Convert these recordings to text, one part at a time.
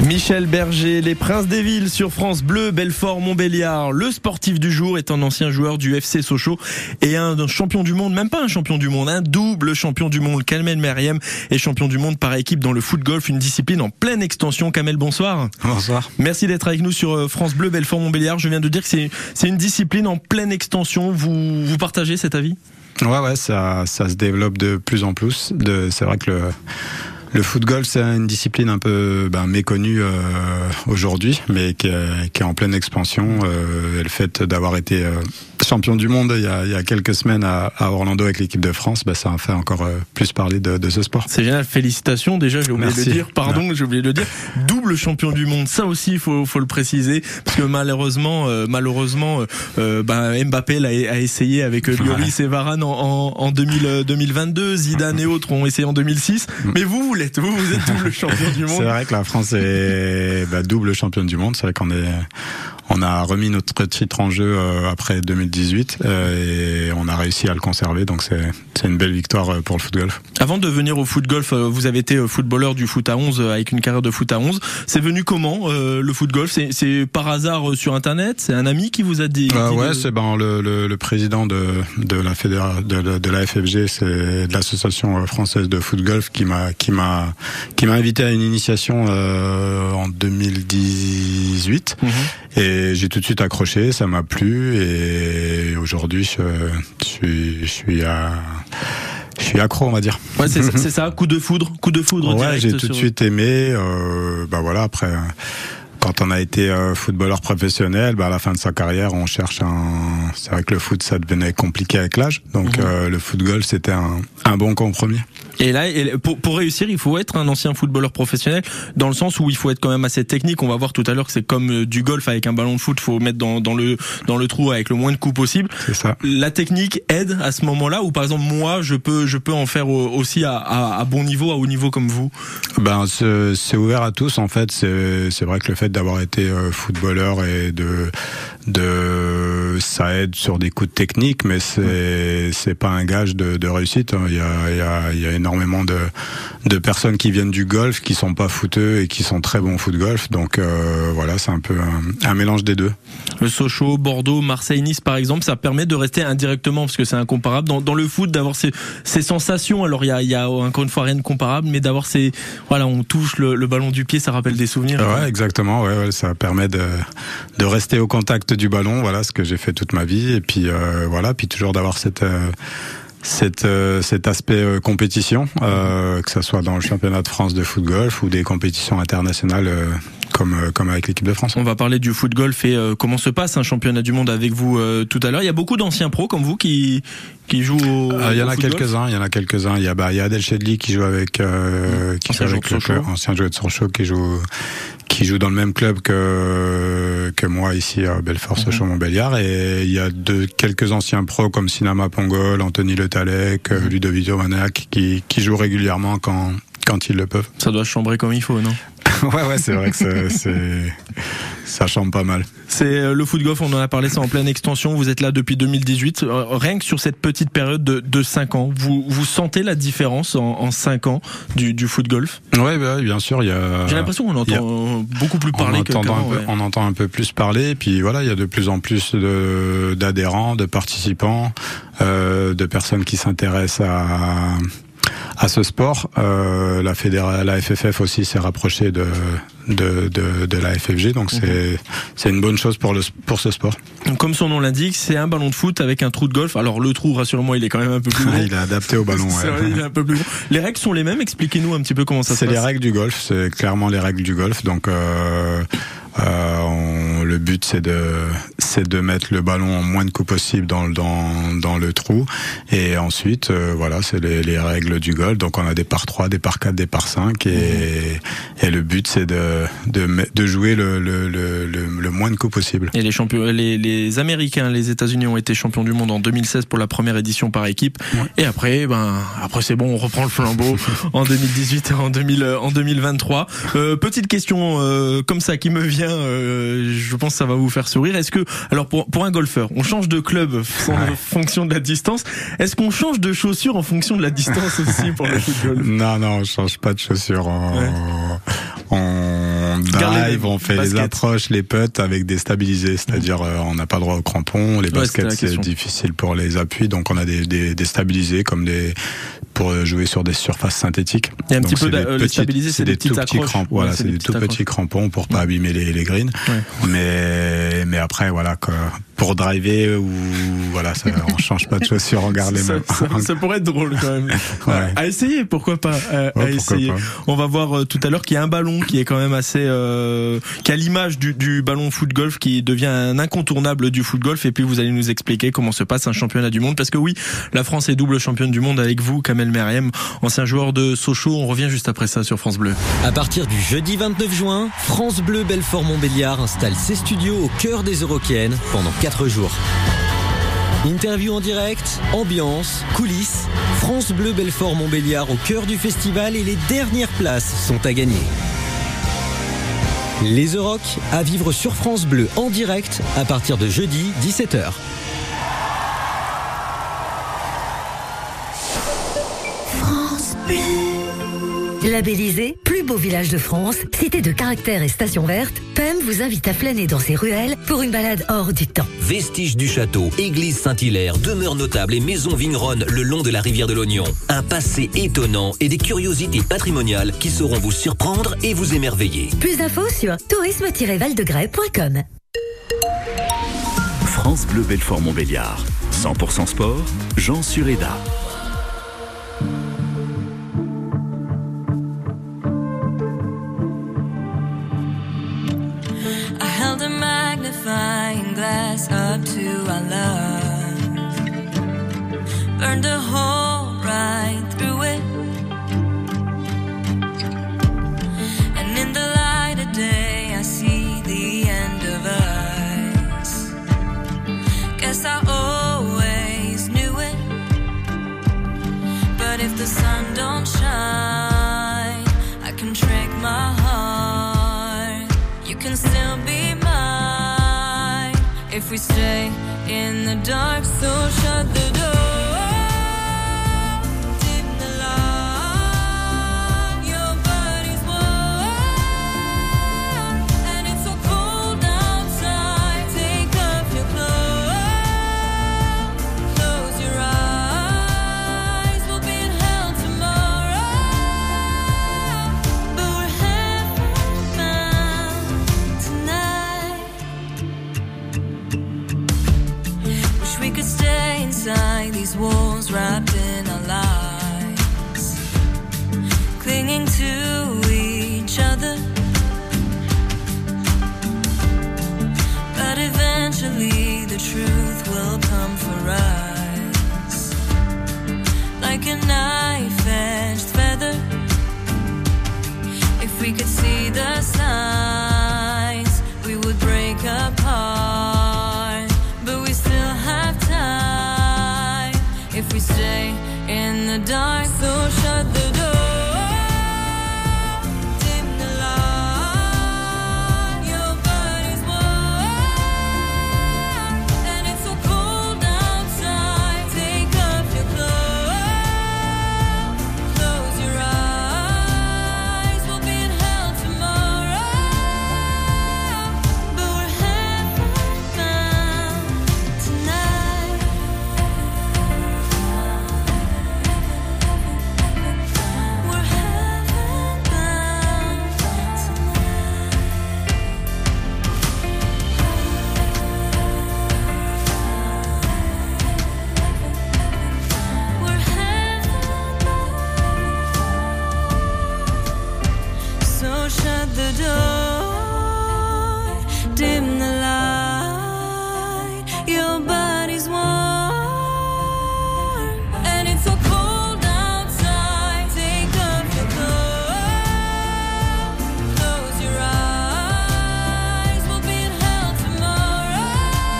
Michel Berger, les Princes des Villes sur France Bleu, Belfort-Montbéliard. Le sportif du jour est un ancien joueur du FC Sochaux et un champion du monde, même pas un champion du monde, un double champion du monde. Kamel Meriem est champion du monde par équipe dans le foot-golf, une discipline en pleine extension. Kamel, bonsoir. Bonsoir. Merci d'être avec nous sur France Bleu, Belfort-Montbéliard. Je viens de dire que c'est une discipline en pleine extension. Vous partagez cet avis ? Ouais, ça se développe de plus en plus. C'est vrai que le foot-golf, c'est une discipline un peu méconnue aujourd'hui, mais qui est en pleine expansion. Le fait d'avoir été champion du monde il y a quelques semaines à Orlando avec l'équipe de France, ça a fait encore plus parler de ce sport. C'est génial, félicitations déjà, j'ai oublié de le dire. Pardon, Ouais. j'ai oublié de le dire. Double champion du monde, ça aussi il faut le préciser, parce que malheureusement, Mbappé a essayé avec Lloris et Varane en 2022, Zidane et autres ont essayé en 2006, mais vous êtes double champion du monde. C'est vrai que la France est double championne du monde. C'est vrai on a remis notre titre en jeu après 2018 et on a réussi à le conserver, donc c'est une belle victoire pour le foot-golf. Avant de venir au foot-golf, vous avez été footballeur du foot à 11 avec une carrière de foot à 11. C'est venu comment le foot-golf ? C'est par hasard sur internet ? C'est un ami qui vous a dit c'est le président de la FFG, c'est de l'association française de foot-golf qui m'a invité à une initiation en 2018. Et j'ai tout de suite accroché, ça m'a plu et aujourd'hui je suis accro, on va dire. Ouais, c'est ça, coup de foudre Ouais, direct. j'ai tout de suite aimé. Après, quand on a été footballeur professionnel, à la fin de sa carrière, on cherche c'est vrai que le foot, ça devenait compliqué avec l'âge. Donc le foot-golf, c'était un bon compromis. Et là, pour réussir, il faut être un ancien footballeur professionnel, dans le sens où il faut être quand même assez technique. On va voir tout à l'heure que c'est comme du golf avec un ballon de foot, faut mettre dans le trou avec le moins de coups possible. C'est ça. La technique aide à ce moment-là, ou par exemple moi, je peux en faire aussi à bon niveau, à haut niveau comme vous. C'est ouvert à tous en fait. C'est vrai que le fait d'avoir été footballeur et ça aide sur des coups de technique, mais c'est pas un gage de réussite. Il y a énormément de personnes qui viennent du golf, qui sont pas footeux et qui sont très bons au foot golf. Donc c'est un peu un mélange des deux. Le Sochaux, Bordeaux, Marseille, Nice par exemple, ça permet de rester indirectement, parce que c'est incomparable dans le foot, d'avoir ces sensations. Alors il y a encore une fois rien de comparable, mais d'avoir on touche le ballon du pied, ça rappelle des souvenirs. Ouais, exactement. Ouais, ça permet de rester au contact du ballon. Voilà ce que j'ai fait toute ma vie. Et puis puis toujours d'avoir cet aspect compétition, que ça soit dans le championnat de France de foot-golf ou des compétitions internationales comme avec l'équipe de France. On va parler du foot-golf et comment se passe un championnat du monde avec vous tout à l'heure. Il y a beaucoup d'anciens pros comme vous qui jouent au il y en a foot-golf. quelques-uns. Il y a Adel Chedli qui joue avec ancien joueur de Sochaux qui joue dans le même club que moi ici à Belfort, Sochaux, Montbéliard, et il y a quelques anciens pros comme Sinama Pongol, Anthony Le Tallec, Ludovic Manac qui jouent régulièrement quand ils le peuvent. Ça doit chambrer comme il faut, non ? Ouais, c'est vrai que ça chambre pas mal. C'est le foot-golf, on en a parlé, c'est en pleine extension. Vous êtes là depuis 2018. Rien que sur cette petite période de 5 ans, vous sentez la différence en 5 ans du foot-golf ? Ouais, bien sûr. J'ai l'impression qu'on entend beaucoup plus parler qu'avant. On entend un peu plus parler. Et puis voilà, il y a de plus en plus d'adhérents, de participants, de personnes qui s'intéressent à ce sport. La FFF aussi s'est rapprochée de la FFG, donc c'est une bonne chose pour ce sport. Comme son nom l'indique, c'est un ballon de foot avec un trou de golf. Alors le trou, rassurez-moi, il est quand même un peu plus grand. Il est adapté au ballon. C'est vrai, il est un peu plus grand. Les règles sont les mêmes. Expliquez-nous un petit peu comment ça se passe. C'est les règles du golf. C'est clairement les règles du golf. Donc le but c'est de mettre le ballon en moins de coups possible dans le trou, et ensuite c'est les règles du golf. Donc on a des par 3, des par 4, des par 5 et le but c'est de jouer le moins de coups possible. Et les Américains, les États-Unis ont été champions du monde en 2016 pour la première édition par équipe. Ouais. Et après c'est bon, on reprend le flambeau en 2018 et en 2023. Petite question comme ça qui me vient, je pense que ça va vous faire sourire. Est-ce que, alors pour un golfeur, on change de club en fonction de la distance. Est-ce qu'on change de chaussures en fonction de la distance aussi pour le foot golf? Non, on change pas de chaussures. drive, on fait les approches, les putts avec des stabilisés, c'est-à-dire on n'a pas le droit aux crampons, les baskets c'est difficile pour les appuis, donc on a des stabilisés comme pour jouer sur des surfaces synthétiques. Il y a un petit peu les stabilisés, c'est des tout petits crampons. Voilà, c'est des tout petits crampons pour pas abîmer les greens. Ouais. Mais après voilà pour driver ou voilà, on change pas de chaussures, on garde les mêmes. Ça pourrait être drôle quand même. Ouais. À essayer, pourquoi pas. À essayer. Pas. On va voir tout à l'heure qu'il y a un ballon qui est quand même assez, qui a l'image du ballon foot golf qui devient un incontournable du foot golf. Et puis vous allez nous expliquer comment se passe un championnat du monde, parce que oui, la France est double championne du monde avec vous, Kamel Meriem, ancien joueur de Sochaux. On revient juste après ça sur France Bleu. À partir du jeudi 29 juin, France Bleu Belfort-Montbéliard installe ses studios au cœur des Eurokéennes pendant 4 jours. Interview en direct, ambiance, coulisses, France Bleu Belfort-Montbéliard au cœur du festival et les dernières places sont à gagner. Les Euroc à vivre sur France Bleu en direct à partir de jeudi 17h. France Bleu. Labellisé plus beau village de France, cité de caractère et station verte, PEM vous invite à flâner dans ses ruelles pour une balade hors du temps. Vestiges du château, église Saint-Hilaire, demeures notables et maisons vigneronnes le long de la rivière de l'Oignon. Un passé étonnant et des curiosités patrimoniales qui sauront vous surprendre et vous émerveiller. Plus d'infos sur tourisme-valdegray.com. France Bleu Belfort-Montbéliard. 100% sport, Jean Sureda. Glass up to our love, burned a hole right through it, and in the light of day I see the end of us. Guess I always knew it, but if the sun don't shine, I can trick my heart. You can still be mine if we stay in the dark, so shut the door. Dim the light, your body's warm, and it's so cold outside. Take off your clothes, close your eyes. We'll be in hell tomorrow, but we're heaven-bound tonight. We could stay inside these walls, wrapped in our lies, clinging to each other, but eventually the truth will come for us, like a knife-edged feather. If we could see the signs, we would break apart, but we still have time if we stay in the dark, so shut the door. Dim the light, your body's warm, and it's so cold outside. Take off your clothes, close your eyes. We'll be in hell tomorrow, but we're heaven-bound tonight. We're heaven-bound tonight. We're heaven-bound. So shut the door, dim the light. Your body's warm, and it's so cold outside. Take off your clothes, close your eyes. We'll be in hell tomorrow,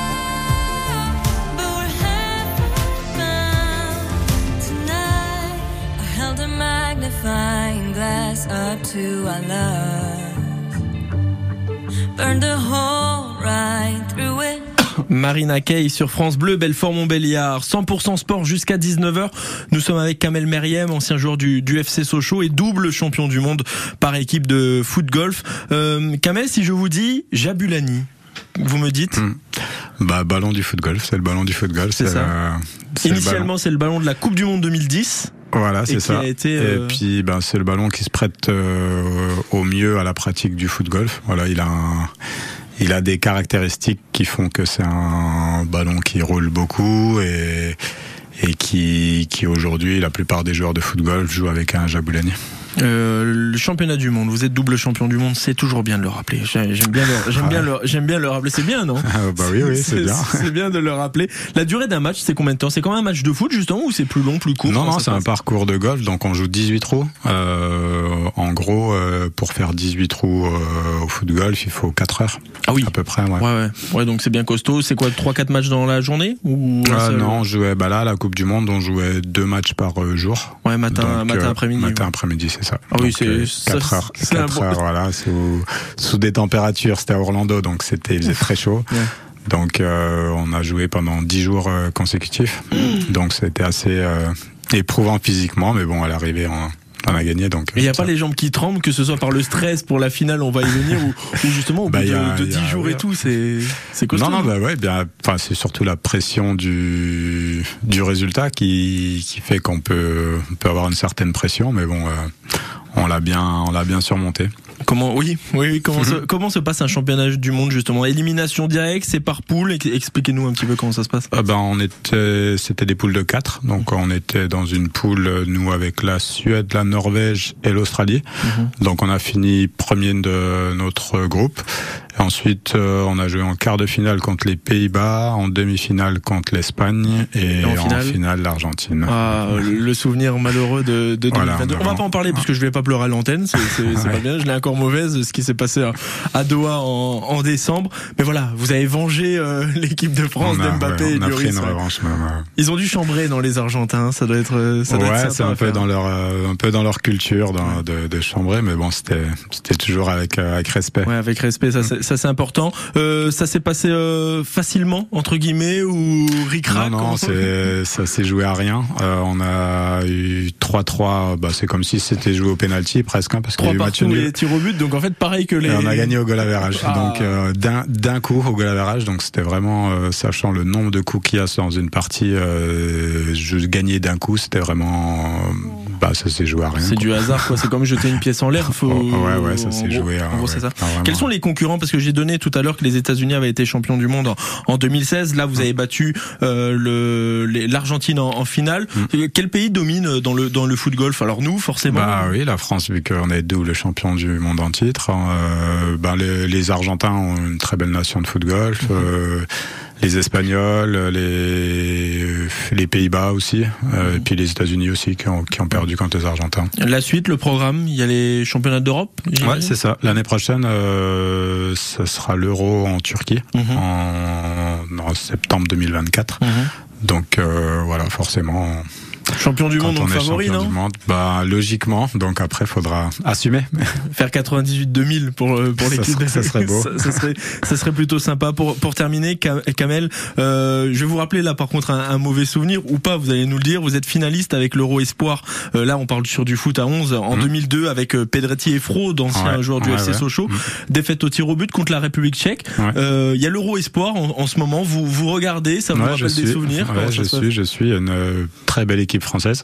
but we're heaven-bound tonight. I held a magnifying glass up to our love, burned a hole right through it. Marina Kaye sur France Bleu, Belfort-Montbéliard. 100% sport jusqu'à 19h. Nous sommes avec Kamel Meriem, ancien joueur du FC Sochaux et double champion du monde par équipe de foot-golf. Kamel, si je vous dis Jabulani, vous me dites Ballon du foot-golf, c'est le ballon du foot-golf. C'est ça. Initialement, c'est le ballon de la Coupe du Monde 2010. Voilà, c'est ça. Et puis, c'est le ballon qui se prête au mieux à la pratique du foot-golf. Voilà, il a des caractéristiques qui font que c'est un ballon qui roule beaucoup et qui aujourd'hui, la plupart des joueurs de foot-golf jouent avec un Jabulani. Le championnat du monde, vous êtes double champion du monde, c'est toujours bien de le rappeler. J'aime bien le rappeler, c'est bien, non? Oui, c'est bien. C'est bien de le rappeler. La durée d'un match, c'est combien de temps? C'est comme un match de foot justement, ou c'est plus long, plus court? Non, c'est un parcours de golf, donc on joue 18 trous. En gros, pour faire 18 trous au foot golf, il faut 4 heures. Ah oui. À peu près, ouais, donc c'est bien costaud. C'est quoi, 3-4 matchs dans la journée ou non, on jouait, là, la Coupe du Monde, on jouait 2 matchs par jour. Ouais, matin, après-midi. Matin, après-midi, c'est ça. Ah oui, donc, c'est 4 heures. 4 heures, voilà, sous des températures, c'était à Orlando, donc il faisait très chaud. Ouais. Donc, on a joué pendant 10 jours consécutifs. Donc, c'était assez éprouvant physiquement, mais bon, à l'arrivée, on a gagné. Donc, il n'y a pas les jambes qui tremblent, que ce soit par le stress pour la finale, on va y venir, ou justement au bout de 10 jours et tout, c'est costaud. Non, c'est surtout la pression du résultat qui fait qu'on peut avoir une certaine pression, mais bon, on l'a bien surmonté. Comment se passe un championnat du monde justement? Élimination directe, c'est par poule. Expliquez-nous un petit peu comment ça se passe. C'était des poules de 4, donc on était dans une poule, nous, avec la Suède, la Norvège et l'Australie. Donc on a fini premier de notre groupe. Et ensuite, on a joué en quart de finale contre les Pays-Bas, en demi-finale contre l'Espagne et en finale l'Argentine. Le souvenir malheureux de 2022. On va pas en parler parce que je vais pas pleurer à l'antenne, c'est pas bien. Je l'ai encore mauvaise, ce qui s'est passé à Doha en décembre. Mais voilà, vous avez vengé l'équipe de France d'Mbappé et Lloris. On a pris une revanche même. Ils ont dû chambrer dans les Argentins, ça doit être sympa. C'est un peu dans leur culture de chambrer, mais bon, c'était toujours avec respect. Ouais, avec respect, ça c'est important. Ça s'est passé facilement entre guillemets ou ric-rac? Non, ça s'est joué à rien. On a eu 3-3, c'est comme si c'était joué au penalty presque, parce qu'il y a eu match nul. Les tirs au but, donc en fait pareil que les. Et on a gagné au goal average. Donc d'un coup au goal average, donc c'était vraiment sachant le nombre de coups qu'il y a dans une partie, gagner d'un coup, c'était vraiment ça s'est joué à rien. C'est du hasard quoi, c'est comme jeter une pièce en l'air, ça s'est joué à. En gros, c'est ça. Quels sont les concurrents, parce que j'ai donné tout à l'heure que les États-Unis avaient été champions du monde en 2016. Là, vous avez battu l'Argentine en finale. Quel pays domine dans le foot golf? Alors nous, forcément. Oui, la France, vu qu'on est double champion du monde en titre. Les Argentins ont une très belle nation de foot golf. Les Espagnols, les Pays-Bas aussi, et puis les États-Unis aussi qui ont perdu contre les Argentins. La suite, le programme, il y a les championnats d'Europe. Ouais, c'est ça. L'année prochaine, ça sera l'Euro en Turquie en septembre 2024. Donc voilà, forcément. Champion du monde, donc favori, non? Logiquement. Donc après, faudra assumer. Faire 98-2000 pour l'équipe. Ça serait beau. Ça serait plutôt sympa. Pour terminer, Kamel, je vais vous rappeler là, par contre, un mauvais souvenir ou pas, vous allez nous le dire. Vous êtes finaliste avec l'Euro Espoir. Là, on parle sur du foot à 11 en 2002 avec Pedretti et Fro, d'anciens joueurs du FC Sochaux. Défaite au tir au but contre la République tchèque. Il y a l'Euro Espoir en ce moment. Vous regardez, ça vous rappelle des souvenirs? Je suis une très belle équipe française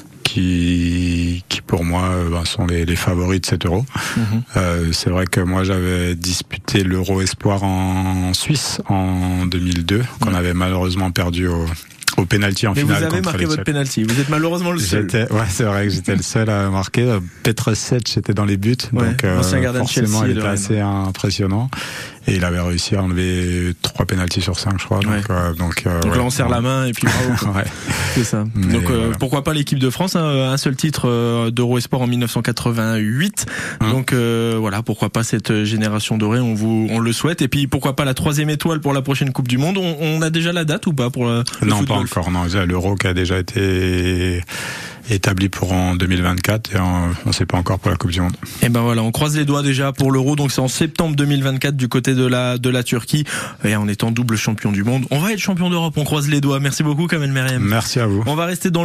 qui pour moi sont les favoris de cet Euro. C'est vrai que moi j'avais disputé l'Euro Espoir en Suisse en 2002 qu'on avait malheureusement perdu au penalty en finale. Mais vous avez marqué votre penalty. Vous êtes malheureusement le seul. C'est vrai que j'étais le seul à marquer. Petrosec était dans les buts, donc forcément il était assez impressionnant. Et il avait réussi à enlever 3 pénaltys sur 5, je crois. Donc là, on serre la main et puis bravo. C'est ça. Mais donc pourquoi pas l'équipe de France, un seul titre d'Euro Espoir en 1988. Donc voilà, pourquoi pas cette génération dorée, on le souhaite. Et puis pourquoi pas la 3e étoile pour la prochaine Coupe du Monde. On a déjà la date ou pas pour le Non, football? Pas encore. Non, l'Euro qui a déjà été établi pour en 2024 et on sait pas encore pour la Coupe du Monde. Et ben voilà, on croise les doigts déjà pour l'Euro, donc c'est en septembre 2024 du côté de la Turquie, et en étant double champion du monde, on va être champion d'Europe, on croise les doigts. Merci beaucoup Kamel Meriem. Merci à vous. On va rester dans